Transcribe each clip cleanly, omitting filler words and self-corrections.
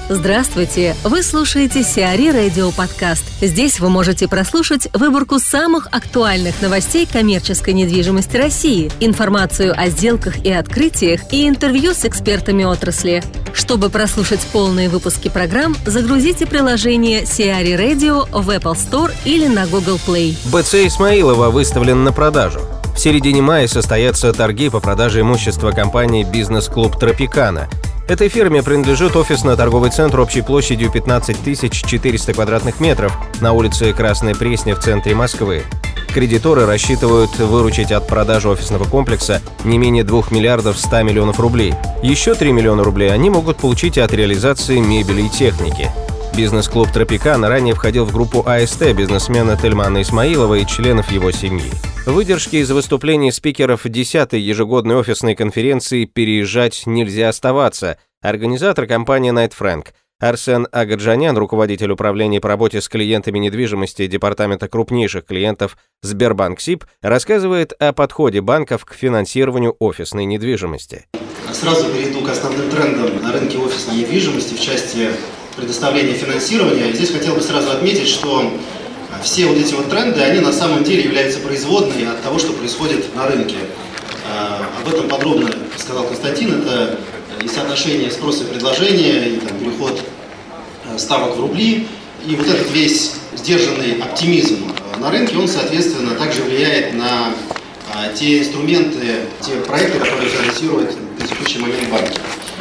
Здравствуйте! Вы слушаете CRE Radio подкаст. Здесь вы можете прослушать выборку самых актуальных новостей коммерческой недвижимости России, информацию о сделках и открытиях и интервью с экспертами отрасли. Чтобы прослушать полные выпуски программ, загрузите приложение CRE Radio в Apple Store или на Google Play. БЦ Исмаилова выставлен на продажу. В середине мая состоятся торги по продаже имущества компании «Бизнес-клуб Тропикана». Этой фирме принадлежит офисно-торговый центр общей площадью 15 400 квадратных метров на улице Красной Пресни в центре Москвы. Кредиторы рассчитывают выручить от продажи офисного комплекса не менее 2 миллиардов 100 миллионов рублей. Еще 3 миллиона рублей они могут получить от реализации мебели и техники. Бизнес-клуб «Тропикана» ранее входил в группу АСТ бизнесмена Тельмана Исмаилова и членов его семьи. Выдержки из выступлений спикеров 10-й ежегодной офисной конференции «Переезжать нельзя оставаться». Организатор компании Knight Frank Арсен Агаджанян, руководитель управления по работе с клиентами недвижимости департамента крупнейших клиентов Сбербанк СИБ, рассказывает о подходе банков к финансированию офисной недвижимости. Сразу перейду к основным трендам на рынке офисной недвижимости в части предоставления финансирования. Здесь хотел бы сразу отметить, что все вот эти вот тренды, они на самом деле являются производной от того, что происходит на рынке. Об этом подробно сказал Константин. Это и соотношение спроса и предложения, и там, переход ставок в рубли. И вот этот весь сдержанный оптимизм на рынке, он, соответственно, также влияет на те инструменты, те проекты, которые финансируют на текущий момент банки.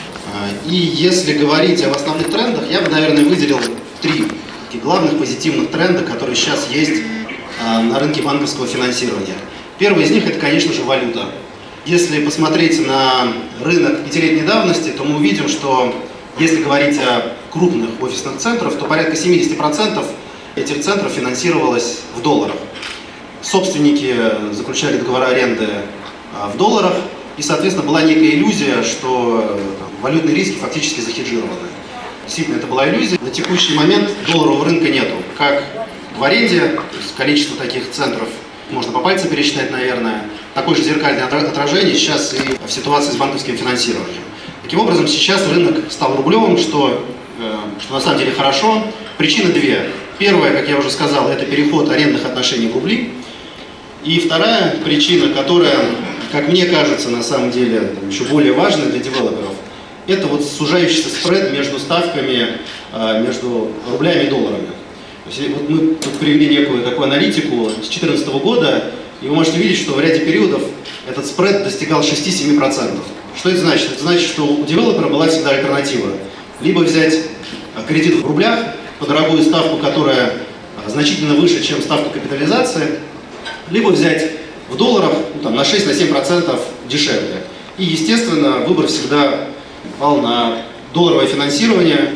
И если говорить об основных трендах, я бы, наверное, выделил 3 главных позитивных тренда, которые сейчас есть на рынке банковского финансирования. Первый из них – это, конечно же, валюта. Если посмотреть на рынок 5-летней давности, то мы увидим, что если говорить о крупных офисных центрах, то порядка 70% этих центров финансировалось в долларах. Собственники заключали договора аренды в долларах, и, соответственно, была некая иллюзия, что валютные риски фактически захеджированы. Действительно, это была иллюзия. На текущий момент долларового рынка нету. Как в аренде, то есть количество таких центров можно по пальцам пересчитать, наверное. Такое же зеркальное отражение сейчас и в ситуации с банковским финансированием. Таким образом, сейчас рынок стал рублевым, что на самом деле хорошо. Причины 2. Первая, как я уже сказал, это переход арендных отношений в рубли. И вторая причина, которая, как мне кажется, на самом деле еще более важная для девелоперов, это вот сужающийся спред между ставками, между рублями и долларами. То есть, вот мы тут привели некую такую аналитику с 2014 года, и вы можете видеть, что в ряде периодов этот спред достигал 6-7%. Что это значит? Это значит, что у девелопера была всегда альтернатива. Либо взять кредит в рублях по дорогую ставку, которая значительно выше, чем ставка капитализации, либо взять в долларах на 6-7% дешевле. И, естественно, выбор всегда пал на долларовое финансирование.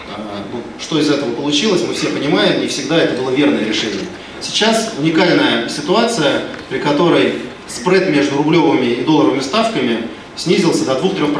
Что из этого получилось, мы все понимаем, не всегда это было верное решение. Сейчас уникальная ситуация, при которой спред между рублевыми и долларовыми ставками снизился до 2-3%.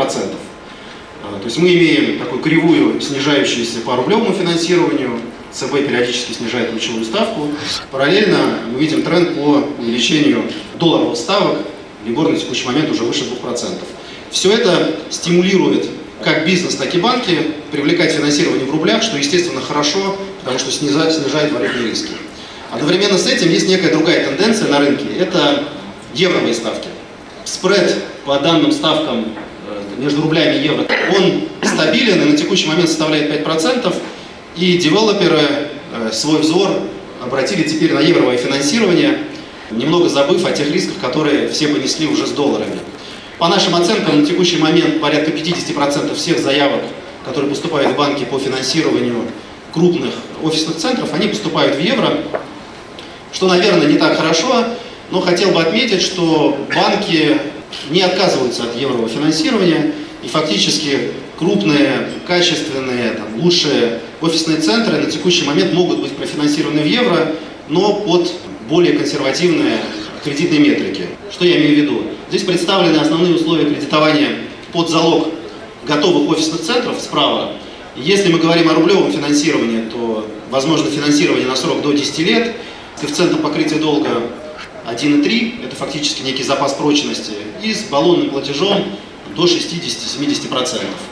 То есть мы имеем такую кривую, снижающуюся по рублевому финансированию, ЦБ периодически снижает ключевую ставку. Параллельно мы видим тренд по увеличению долларовых ставок, либор на текущий момент уже выше 2%. Все это стимулирует как бизнес, так и банки привлекать финансирование в рублях, что, естественно, хорошо, потому что снижает валютные риски. Одновременно с этим есть некая другая тенденция на рынке – это евровые ставки. Спред по данным ставкам между рублями и евро, он стабилен и на текущий момент составляет 5%, и девелоперы свой взор обратили теперь на евровое финансирование, немного забыв о тех рисках, которые все понесли уже с долларами. По нашим оценкам, на текущий момент порядка 50% всех заявок, которые поступают в банки по финансированию крупных офисных центров, они поступают в евро, что, наверное, не так хорошо, но хотел бы отметить, что банки не отказываются от еврового финансирования, и фактически крупные, качественные, лучшие офисные центры на текущий момент могут быть профинансированы в евро, но под более консервативные кредитные метрики. Что я имею в виду? Здесь представлены основные условия кредитования под залог готовых офисных центров справа. Если мы говорим о рублевом финансировании, то возможно финансирование на срок до 10 лет, с коэффициентом покрытия долга 1,3, это фактически некий запас прочности, и с баллонным платежом до 60-70%.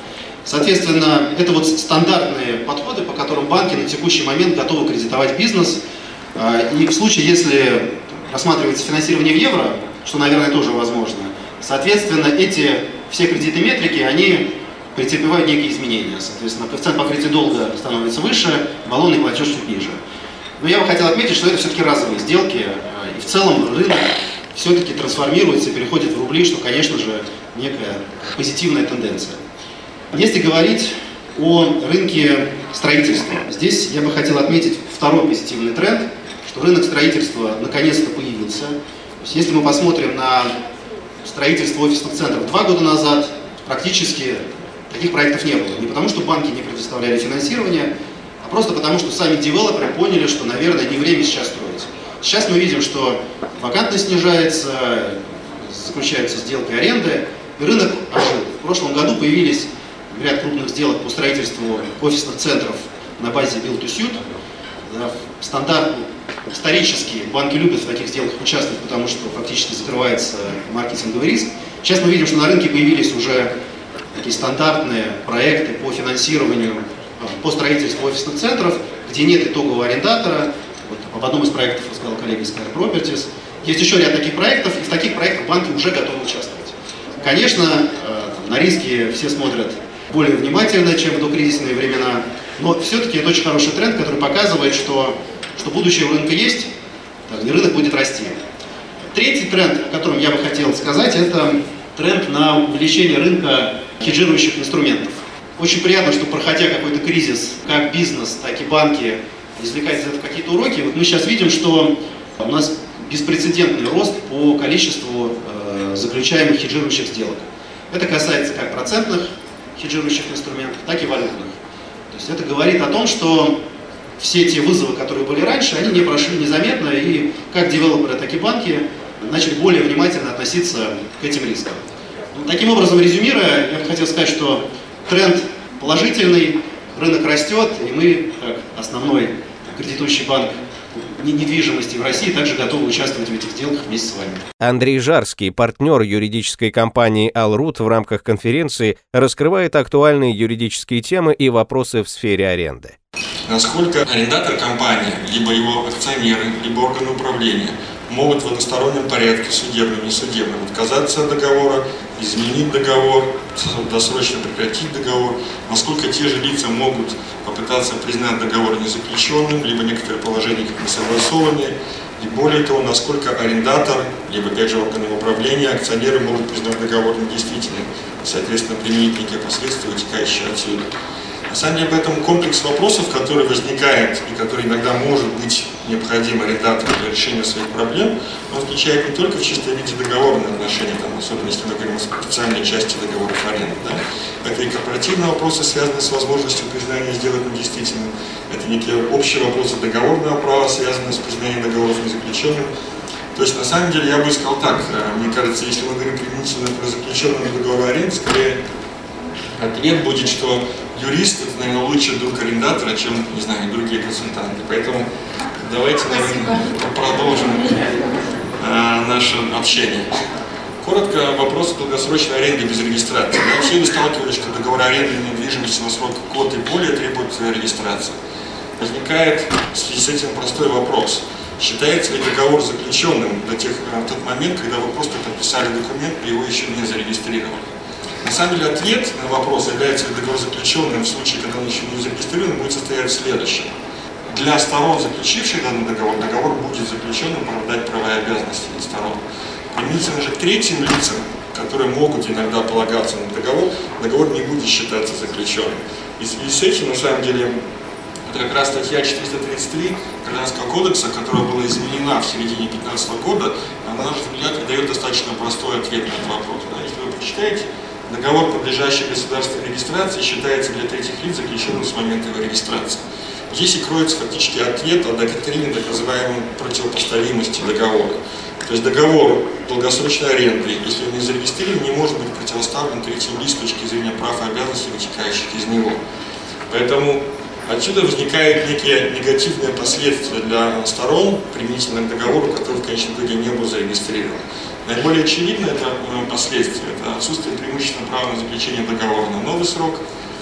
Соответственно, это вот стандартные подходы, по которым банки на текущий момент готовы кредитовать бизнес. И в случае, если рассматривается финансирование в евро, что, наверное, тоже возможно, соответственно, эти все кредитные метрики, они претерпевают некие изменения. Соответственно, коэффициент покрытия долга становится выше, баллонный платеж чуть ниже. Но я бы хотел отметить, что это все-таки разовые сделки, и в целом рынок все-таки трансформируется и переходит в рубли, что, конечно же, некая позитивная тенденция. Если говорить о рынке строительства, здесь я бы хотел отметить второй позитивный тренд, что рынок строительства наконец-то появился. То есть, если мы посмотрим на строительство офисных центров 2 года назад, практически таких проектов не было. Не потому, что банки не предоставляли финансирование, а просто потому, что сами девелоперы поняли, что, наверное, не время сейчас строить. Сейчас мы видим, что вакантность снижается, заключаются сделки аренды, и рынок ожил. В прошлом году появились ряд крупных сделок по строительству офисных центров на базе Build to Suit. Стандарт, исторически банки любят в таких сделках участвовать, потому что фактически закрывается маркетинговый риск. Сейчас мы видим, что на рынке появились уже такие стандартные проекты по финансированию, по строительству офисных центров, где нет итогового арендатора. Вот об одном из проектов рассказал коллега из Square Properties. Есть еще ряд таких проектов, и в таких проектах банки уже готовы участвовать. Конечно, на риски все смотрят более внимательно, чем в докризисные времена, но все-таки это очень хороший тренд, который показывает, что будущее у рынка есть, и рынок будет расти. Третий тренд, о котором я бы хотел сказать, это тренд на увеличение рынка хеджирующих инструментов. Очень приятно, что, проходя какой-то кризис, как бизнес, так и банки извлекают из этого какие-то уроки. Вот мы сейчас видим, что у нас беспрецедентный рост по количеству заключаемых хеджирующих сделок. Это касается как процентных хеджирующих инструментов, так и валютных. То есть это говорит о том, что все те вызовы, которые были раньше, они не прошли незаметно, и как девелоперы, так и банки начали более внимательно относиться к этим рискам. Таким образом, резюмируя, я бы хотел сказать, что тренд положительный, рынок растет, и мы, как основной кредитующий банк недвижимости в России, также готовы участвовать в этих сделках вместе с вами. Андрей Жарский, партнер юридической компании Allroot, в рамках конференции раскрывает актуальные юридические темы и вопросы в сфере аренды. Насколько арендатор компании, либо его акционеры, либо органы управления могут в одностороннем порядке, судебном и несудебном, отказаться от договора, изменить договор, досрочно прекратить договор, насколько те же лица могут попытаться признать договор незаключенным, либо некоторые положения как несогласованные, и более того, насколько арендатор, либо опять же органы управления, акционеры могут признать договор недействительным, и, соответственно, применить некие последствия, вытекающие отсюда. На самом деле, поэтому комплекс вопросов, который возникает и который иногда может быть необходим арендатору для решения своих проблем, он включает не только в чистом виде договорные отношения, особенно если мы говорим о специальной части договоров аренды. Да? Это и корпоративные вопросы, связанные с возможностью признания сделок недействительным, это некие общие вопросы договорного права, связанные с признанием договоров незаключенным. То есть, на самом деле, я бы сказал так, мне кажется, если мы говорим применительно про заключенного договора аренды, скорее ответ будет, что юрист – это, наверное, лучший друг арендатора, чем, не знаю, другие консультанты. Поэтому давайте, наверное, продолжим наше общение. Коротко, вопрос долгосрочной аренды без регистрации. Да, все вы сталкивались, что договор аренды недвижимости на срок год и более требует регистрации. Возникает в связи с этим простой вопрос. Считается ли договор заключенным в тот момент, когда вы просто подписали документ, и его еще не зарегистрировали? На самом деле ответ на вопрос, является ли договор заключенным в случае, когда он еще не зарегистрирован, будет состоять в следующем. Для сторон, заключивших данный договор, договор будет заключенным, оправдать права и обязанности сторон. Применительно же к третьим лицам, которые могут иногда полагаться на договор не будет считаться заключенным. И в связи с этим, на самом деле, это как раз статья 433 Гражданского кодекса, которая была изменена в середине 2015 года, на наш взгляд, дает достаточно простой ответ на этот вопрос. Если вы прочитаете, договор, подлежащий государственной регистрации, считается для третьих лиц заключенным с момента его регистрации. Здесь и кроется фактически ответ о доктрине так называемой противопоставимости договора. То есть договор долгосрочной аренды, если он не зарегистрирован, не может быть противоставлен третьим лиц с точки зрения прав и обязанностей, вытекающих из него. Поэтому отсюда возникают некие негативные последствия для сторон, применительно к договору, который в конечном итоге не был зарегистрирован. Наиболее очевидно это последствие, это отсутствие преимущественного права на заключение договора на новый срок,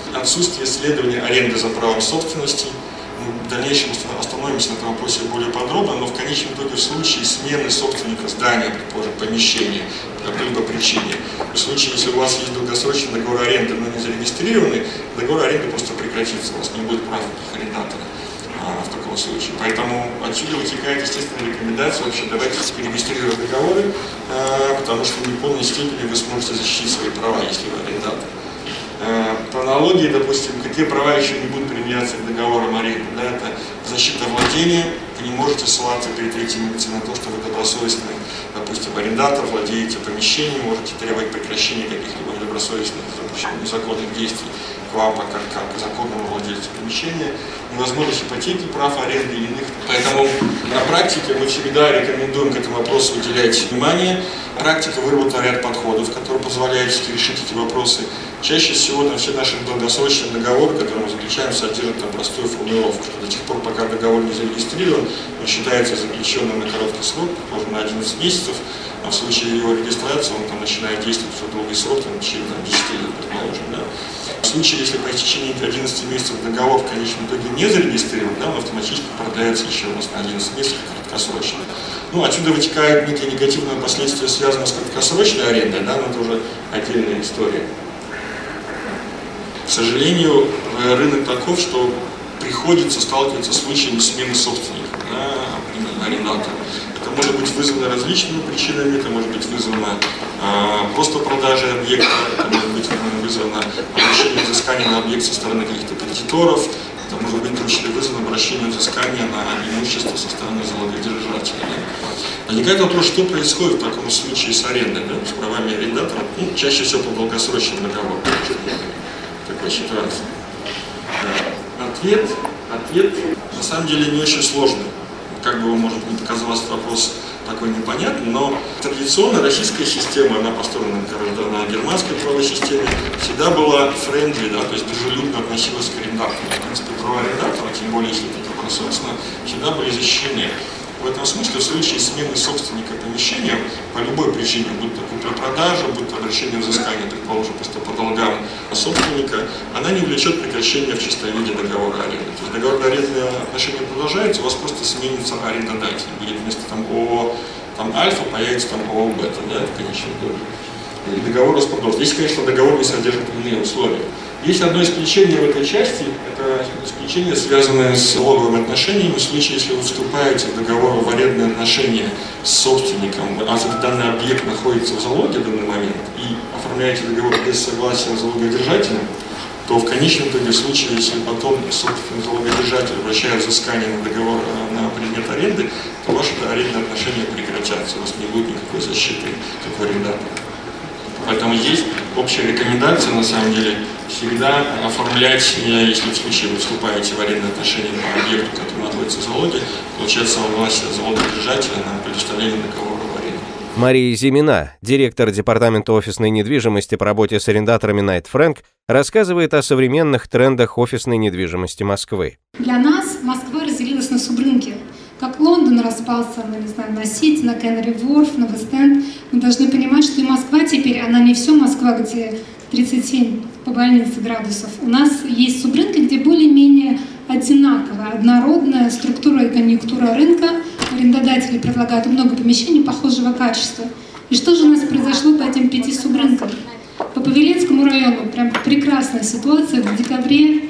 отсутствие исследования аренды за правом собственности. Мы в дальнейшем остановимся на этом вопросе более подробно, но в конечном итоге в случае смены собственника здания, предположим, помещения по какой-либо причине, в случае, если у вас есть долгосрочный договор аренды, но не зарегистрированный, договор аренды просто прекратится, у вас не будет прав арендатора в таком случае. Поэтому отсюда вытекает, естественно, рекомендация вообще давайте перерегистрировать договоры, потому что в неполной степени вы сможете защитить свои права, если вы арендатор. По аналогии, допустим, какие права еще не будут применяться к договорам аренды, да, это защита владения, вы не можете ссылаться перед третьими лицами на то, что вы добросовестный, допустим, арендатор, владеете помещением, можете требовать прекращения каких-либо недобросовестных, незаконных действий к вам, как к законному владельцу помещения, невозможность ипотеки, прав аренды или иных. Поэтому на практике мы всегда рекомендуем к этому вопросу уделять внимание. Практика выработала ряд подходов, которые позволяют решить эти вопросы. Чаще всего все наши долгосрочные договоры, которые мы заключаем, содержат простую формулировку, что до тех пор, пока договор не зарегистрирован, он считается заключенным на короткий срок, можно на 11 месяцев, а в случае его регистрации он начинает действовать в долгий срок, в течение 10 лет, предположим. Да. В случае, если по истечении 11 месяцев договор в конечном итоге не зарегистрирован, да, он автоматически продляется еще у нас на 11 месяцев краткосрочно. Ну, отсюда вытекают некие негативные последствия, связанные с краткосрочной арендой, да, но это уже отдельная история. К сожалению, рынок таков, что приходится сталкиваться с случаями смены собственника, да, арендатора. Это может быть вызвано различными причинами, это может быть вызвано просто продажей объекта, это может быть вызвано обращением взыскания на объект со стороны каких-то кредиторов, это может быть в том числе вызвано обращением взыскания на имущество со стороны залогодержателя. Возникает вопрос, что происходит в таком случае с арендой, да, с правами арендатора, ну, чаще всего по долгосрочным договорам. Такой ситуации. Ответ на самом деле не очень сложный. Как бы вам, может быть, казалось, вопрос такой непонятный, но традиционно российская система, она построена на германской правовой системе, всегда была friendly, да, то есть дружелюбно относилась к арендатору. В принципе, права арендатора, тем более если это добросовестно, всегда были защищены. В этом смысле в случае смены собственника помещения по любой причине, будь то купля-продажа, будь то обращение взыскания, предположим, просто по долгам собственника, она не влечет прекращения в чистом виде договора аренды. То есть договор арендные отношения продолжаются, у вас просто сменится арендодатель. Будет вместо ООО Альфа появится ООО Бета, да, в конечном итоге. И договор распродолжится. Если, конечно, договор не содержит иные условия. Есть одно исключение в этой части, это исключение, связанное с залоговыми отношениями. В случае, если вы вступаете в договор в арендные отношения с собственником, а данный объект находится в залоге в данный момент, и оформляете договор без согласия залогодержателя, то в конечном итоге, в случае, если потом собственный залогодержатель обращает взыскание на договор на предмет аренды, то ваши арендные отношения прекратятся, у вас не будет никакой защиты, как у арендатора. Поэтому есть общая рекомендация, на самом деле, всегда оформлять, если в случае вы вступаете в арендные отношения по объекту, который находится в залоге, получать согласие залогодержателя на предоставление договора в аренду. Мария Зимина, директор департамента офисной недвижимости по работе с арендаторами Knight Frank, рассказывает о современных трендах офисной недвижимости Москвы. Для нас Москва разделилась на субрынки. Как Лондон распался, на Сити, на Кеннери Ворф, на Вест-Энд, мы должны понимать, что и Москва теперь, она не все Москва, где 37 по больнице градусов. У нас есть субрынки, где более-менее одинаковая, однородная структура и конъюнктура рынка. Арендодатели предлагают много помещений похожего качества. И что же у нас произошло по этим 5 субрынкам? По Павелецкому району прям прекрасная ситуация. В декабре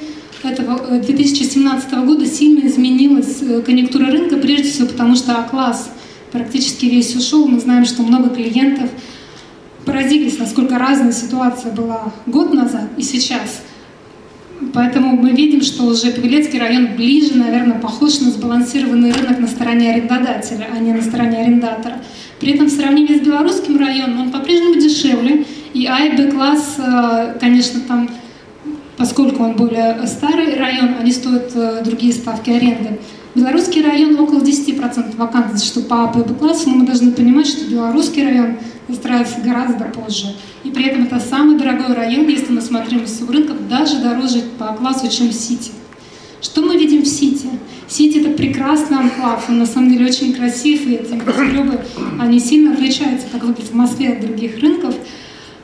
2017 года сильно изменилась конъюнктура рынка, прежде всего потому, что А-класс практически весь ушел. Мы знаем, что много клиентов поразились, насколько разная ситуация была год назад и сейчас. Поэтому мы видим, что уже Павелецкий район ближе, наверное, похож на сбалансированный рынок на стороне арендодателя, а не на стороне арендатора. При этом в сравнении с Белорусским районом он по-прежнему дешевле. И А и Б-класс, конечно, там, поскольку он более старый район, они стоят другие ставки аренды. Белорусский район около 10% вакантности, что по А, Б, Б-классу, но мы должны понимать, что Белорусский район застраивается гораздо позже. И при этом это самый дорогой район, если мы смотрим из субрынков, даже дороже по А-классу, чем Сити. Что мы видим в Сити? Сити — это прекрасный анклав, он на самом деле очень красив, и эти небоскребы, они сильно отличаются, как выглядит в Москве, от других рынков.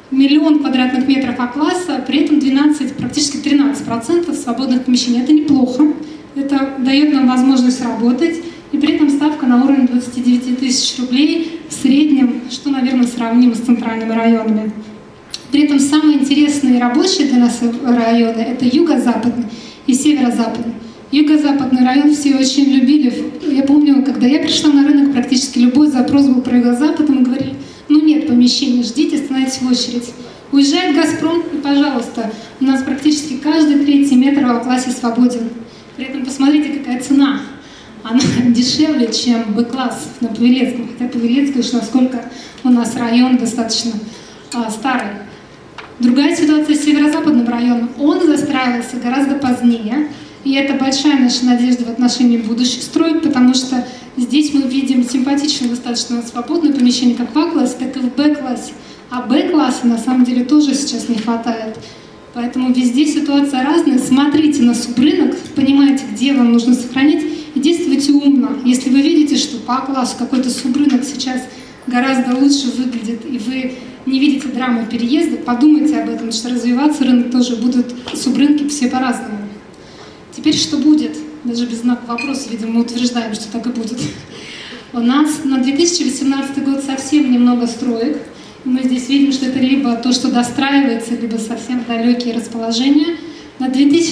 миллион квадратных метров А-класса, при этом практически 13% свободных помещений. Это неплохо. Это дает нам возможность работать. И при этом ставка на уровне 29 тысяч рублей в среднем, что, наверное, сравнимо с центральными районами. При этом самые интересные рабочие для нас районы – это юго-западный и северо-западный. Юго-западный район все очень любили. Я помню, когда я пришла на рынок, практически любой запрос был про юго-запад, и мы говорили, ну нет помещений, ждите, становитесь в очередь. Уезжает «Газпром», и, пожалуйста, у нас практически каждый третий метр в А-классе свободен. При этом посмотрите, какая цена. Она дешевле, чем Б-класс на Павелецком. Хотя Павелецкий уж насколько у нас район достаточно старый. Другая ситуация с северо-западным районом. Он застраивался гораздо позднее. И это большая наша надежда в отношении будущих строек, потому что здесь мы видим симпатичное, достаточно свободное помещение как в А-классе, так и в Б-классе. А Б-класса на самом деле тоже сейчас не хватает. Поэтому везде ситуация разная. Смотрите на субрынок, понимаете, где вам нужно сохранить, и действуйте умно. Если вы видите, что по А-классу какой-то субрынок сейчас гораздо лучше выглядит, и вы не видите драмы переезда, подумайте об этом, что развиваться рынок тоже будут, субрынки все по-разному. Теперь что будет? Даже без знака вопроса, видимо, мы утверждаем, что так и будет. У нас на 2018 год совсем немного строек. Мы здесь видим, что это либо то, что достраивается, либо совсем далекие расположения. На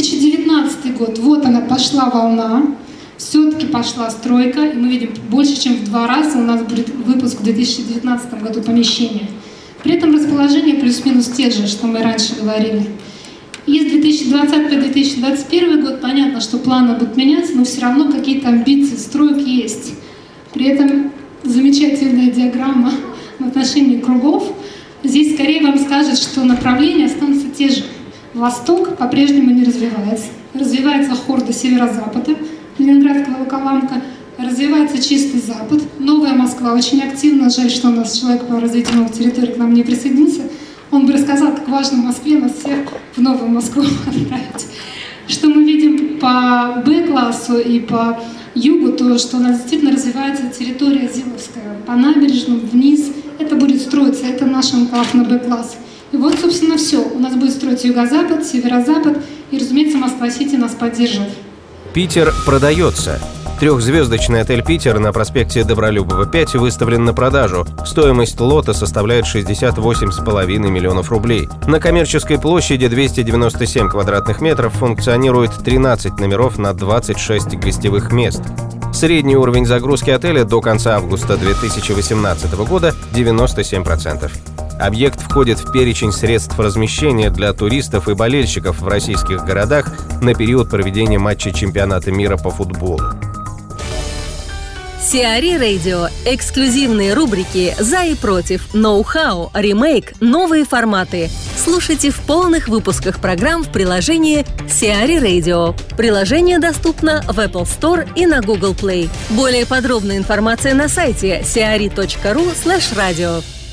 2019 год, вот она пошла волна, все-таки пошла стройка, и мы видим, больше чем в 2 раза у нас будет выпуск в 2019 году помещения. При этом расположение плюс-минус те же, что мы раньше говорили. И с 2020 по 2021 год понятно, что планы будут меняться, но все равно какие-то амбиции строек есть. При этом замечательная диаграмма в отношении кругов. Здесь скорее вам скажет, что направления останутся те же. Восток по-прежнему не развивается. Развивается хорда северо-запада, Ленинградская Волоколамка. Развивается чистый запад. Новая Москва очень активно. Жаль, что у нас человек по развитию новых территорий к нам не присоединился. Он бы рассказал, как важно в Москве нас всех в новую Москву отправить. Что мы видим по Б-классу и по югу, то, что у нас действительно развивается территория Зиловская. По набережным вниз это будет строиться, это наш анклав на Б-класс. И вот, собственно, все. У нас будет строиться юго-запад, северо-запад, и, разумеется, Москва-Сити нас поддержит. Питер продается. 3-звездочный отель «Питер» на проспекте Добролюбова, 5 выставлен на продажу. Стоимость лота составляет 68,5 миллионов рублей. На коммерческой площади 297 квадратных метров функционирует 13 номеров на 26 гостевых мест. Средний уровень загрузки отеля до конца августа 2018 года – 97%. Объект входит в перечень средств размещения для туристов и болельщиков в российских городах на период проведения матчей чемпионата мира по футболу. Сиари Radio. Эксклюзивные рубрики «За и против», «Ноу-хау», «Ремейк», «Новые форматы». Слушайте в полных выпусках программ в приложении Сиари Radio. Приложение доступно в Apple Store и на Google Play. Более подробная информация на сайте siari.ru/radio.